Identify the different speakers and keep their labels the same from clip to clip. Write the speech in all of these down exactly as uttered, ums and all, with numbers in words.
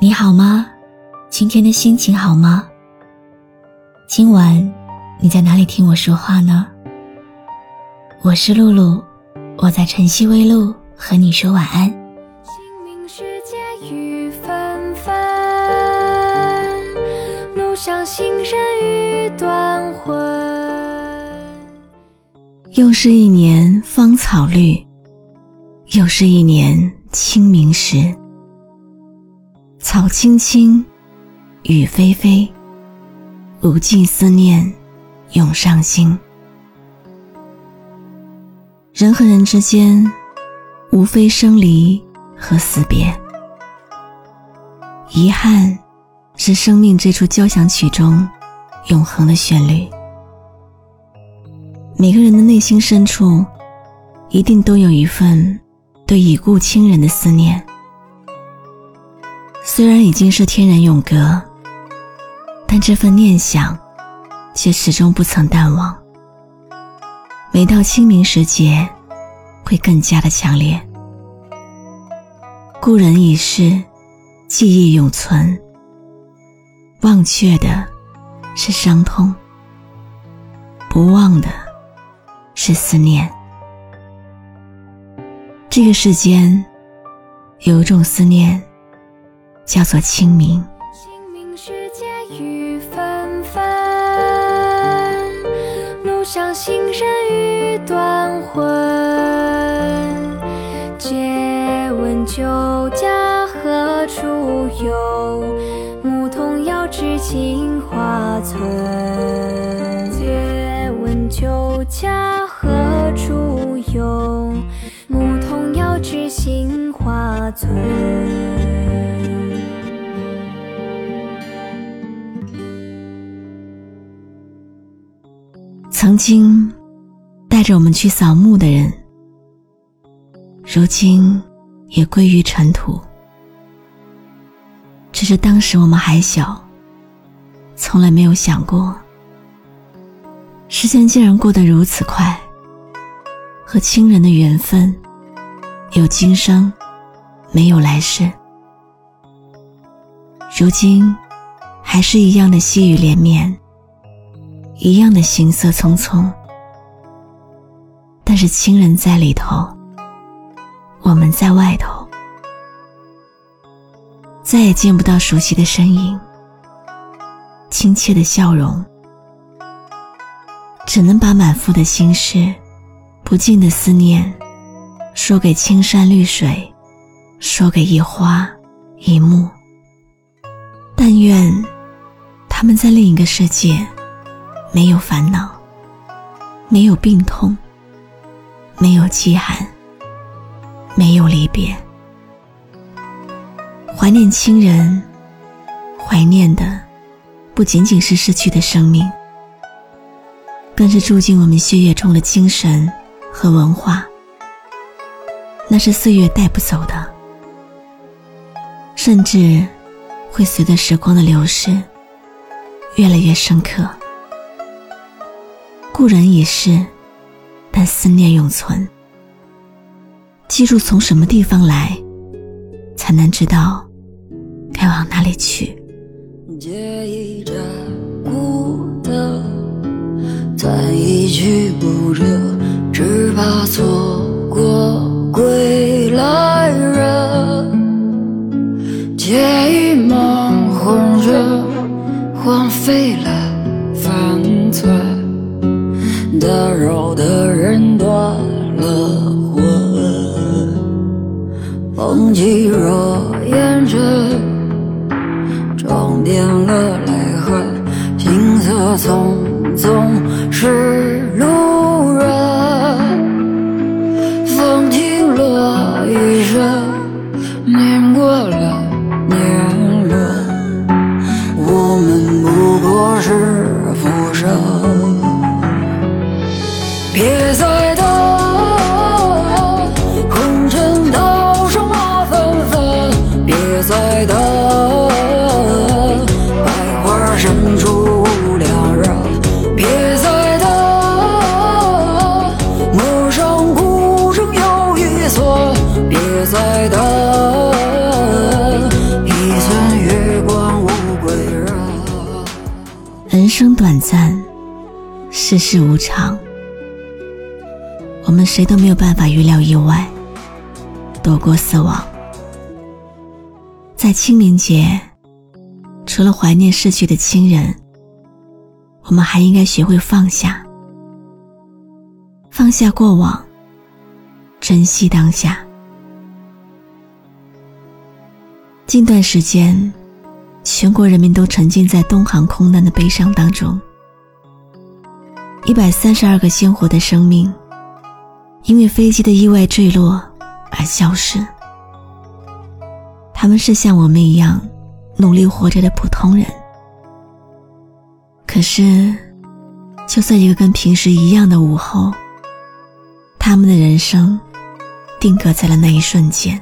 Speaker 1: 你好吗？今天的心情好吗？今晚你在哪里听我说话呢？我是露露，我在晨曦微露和你说晚安。
Speaker 2: 清明时节雨纷纷，路上行人欲断魂。
Speaker 1: 又是一年芳草绿，又是一年清明时。草青青，雨霏霏，无尽思念涌上心。人和人之间，无非生离和死别。遗憾是生命这出交响曲中永恒的旋律。每个人的内心深处，一定都有一份对已故亲人的思念。虽然已经是天人永隔，但这份念想却始终不曾淡忘。每到清明时节，会更加的强烈。故人已逝，记忆永存，忘却的是伤痛，不忘的是思念。这个世间有一种思念叫做清明。
Speaker 2: 清明时节雨纷纷，路上行人欲断魂。借问旧家何处有？牧童遥指杏花村。借问旧家何处有？牧童遥指杏花村。
Speaker 1: 曾经带着我们去扫墓的人，如今也归于尘土。只是当时我们还小，从来没有想过，时间竟然过得如此快，和亲人的缘分，有今生，没有来世。如今还是一样的细雨连绵，一样的行色匆匆，但是亲人在里头，我们在外头，再也见不到熟悉的身影，亲切的笑容，只能把满腹的心事，不尽的思念，说给青山绿水，说给一花一木。但愿他们在另一个世界，没有烦恼，没有病痛，没有饥寒，没有离别。怀念亲人，怀念的不仅仅是逝去的生命，更是住进我们血液中的精神和文化。那是岁月带不走的，甚至会随着时光的流逝越来越深刻。故人已逝，但思念永存。记住从什么地方来，才能知道该往哪里去。
Speaker 3: 借一盏孤灯，弹一曲不折，只怕错过归来人。借一梦混热，荒废了分寸，打扰的人断了魂。梦境若烟尘，装点了泪痕，行色匆匆是路人。风停了一声，念过了年轮，我们不过是浮生。别再等，红尘道上马纷纷，别再等，百花深处无良人。别再等，陌上孤城又一村。别再等，一寸
Speaker 1: 短暂，世事无常，我们谁都没有办法预料意外，躲过死亡。在清明节，除了怀念逝去的亲人，我们还应该学会放下，放下过往，珍惜当下。近段时间，全国人民都沉浸在东航空难的悲伤当中，一百三十二个鲜活的生命因为飞机的意外坠落而消失。他们是像我们一样努力活着的普通人，可是就算一个跟平时一样的午后，他们的人生定格在了那一瞬间。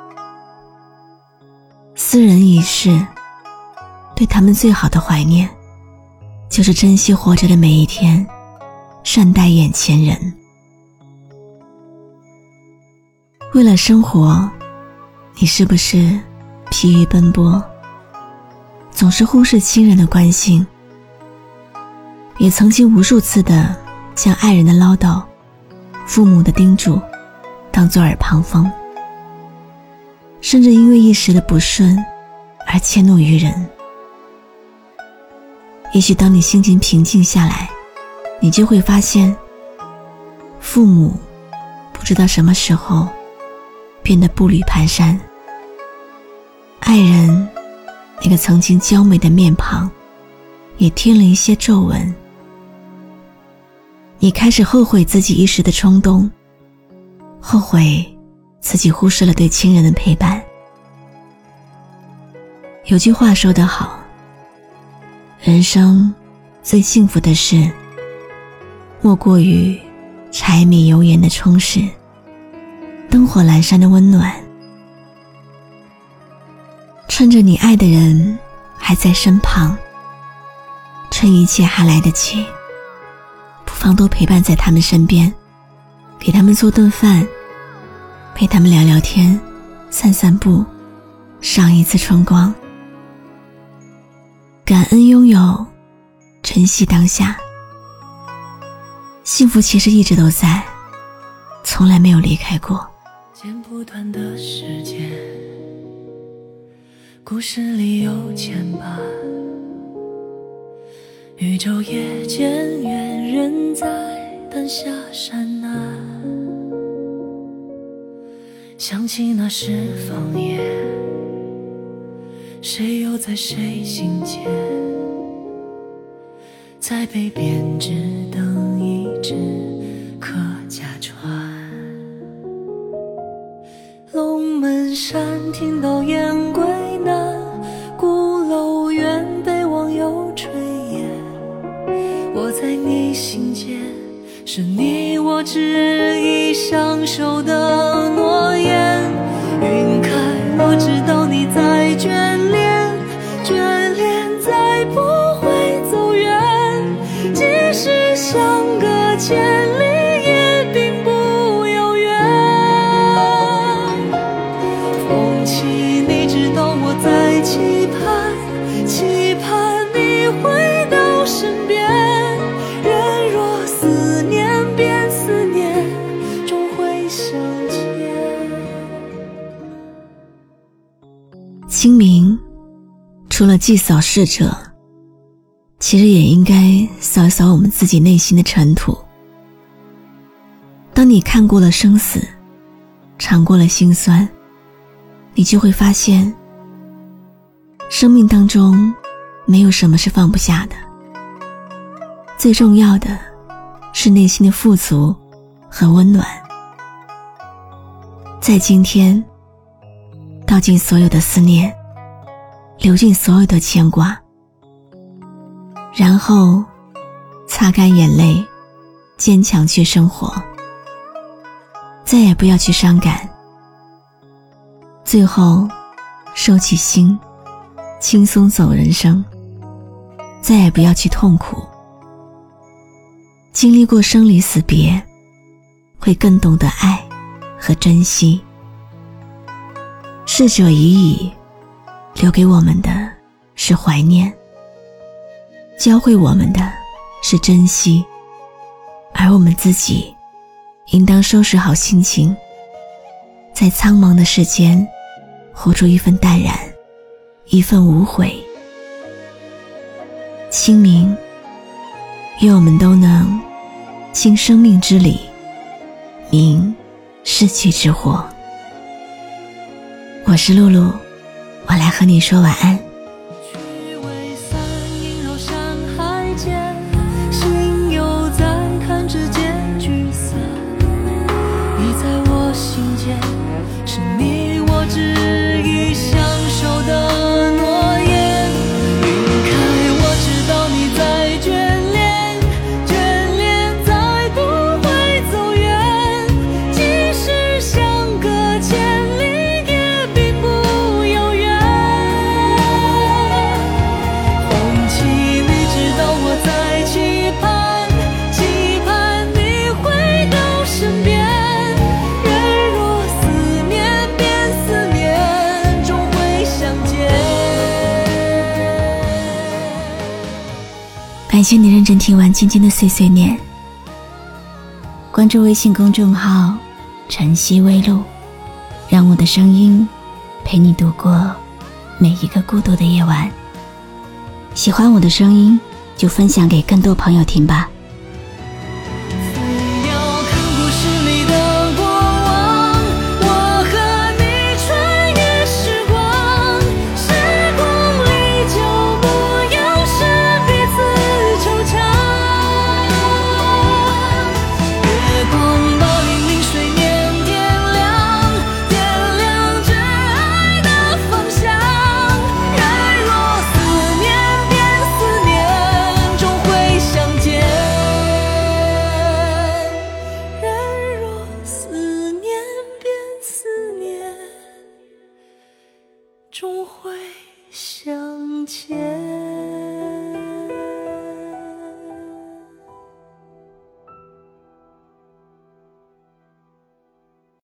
Speaker 1: 斯人已逝，对他们最好的怀念就是珍惜活着的每一天，善待眼前人。为了生活，你是不是疲于奔波，总是忽视亲人的关心，也曾经无数次的将爱人的唠叨、父母的叮嘱当作耳旁风，甚至因为一时的不顺而迁怒于人。也许当你心情平静下来，你就会发现，父母不知道什么时候变得步履蹒跚，爱人那个曾经娇美的面庞也添了一些皱纹。你开始后悔自己一时的冲动，后悔自己忽视了对亲人的陪伴。有句话说得好，人生最幸福的事，莫过于柴米油盐的充实，灯火阑珊的温暖。趁着你爱的人还在身旁，趁一切还来得及，不妨多陪伴在他们身边，给他们做顿饭，陪他们聊聊天，散散步，赏一次春光。感恩拥有，珍惜当下。幸福其实一直都在，从来没有离开过。
Speaker 3: 剪不断的时间，故事里有牵绊，宇宙也渐远，人在灯下山南。想起那时方言，谁又在谁心间，在北边只等一只客家船。龙门山听到雁归南，鼓楼远被网友吹烟。我在你心间，是你我执意相守的诺言。云开，我知道你在眷恋，眷恋再不会走远，即使相隔千里也并不遥远。风起，你知道我在期盼，期盼你回到身边。人若思念变思念，终会相见。
Speaker 1: 清明除了祭扫逝者，其实也应该扫一扫我们自己内心的尘土。当你看过了生死，尝过了辛酸，你就会发现，生命当中没有什么是放不下的，最重要的是内心的富足和温暖。在今天，倒尽所有的思念，流尽所有的牵挂，然后擦干眼泪，坚强去生活，再也不要去伤感。最后收起心，轻松走人生，再也不要去痛苦。经历过生离死别，会更懂得爱和珍惜。逝者已矣，留给我们的是怀念。 教会我们的是珍惜，而我们自己应当收拾好心情，在苍茫的世间活出一份淡然，一份无悔。清明，愿我们都能清生命之理，明逝去之祸。我是露露，我来和你说晚安。
Speaker 3: 去为散萦绕山海间，心又在看指尖聚散。你在我心间，是你我只已相守的诺言。云开，我知道你在眷恋，眷恋再不会走远。即使相隔千里，也并不遥远。红旗，你知道我在期盼，期盼你回到身边。人若思念变思念，终会相见。
Speaker 1: 感谢你认真听完今天的碎碎念，关注微信公众号晨曦微露，让我的声音陪你度过每一个孤独的夜晚。喜欢我的声音，就分享给更多朋友听吧。
Speaker 3: 飞鸟看故事里的过往，我和你穿越时光，时光里旧模样是彼此惆怅。月光把粼粼水面点亮，点亮挚爱的方向。人若思念变思念，终会相见。人若思念变思念，终会相见。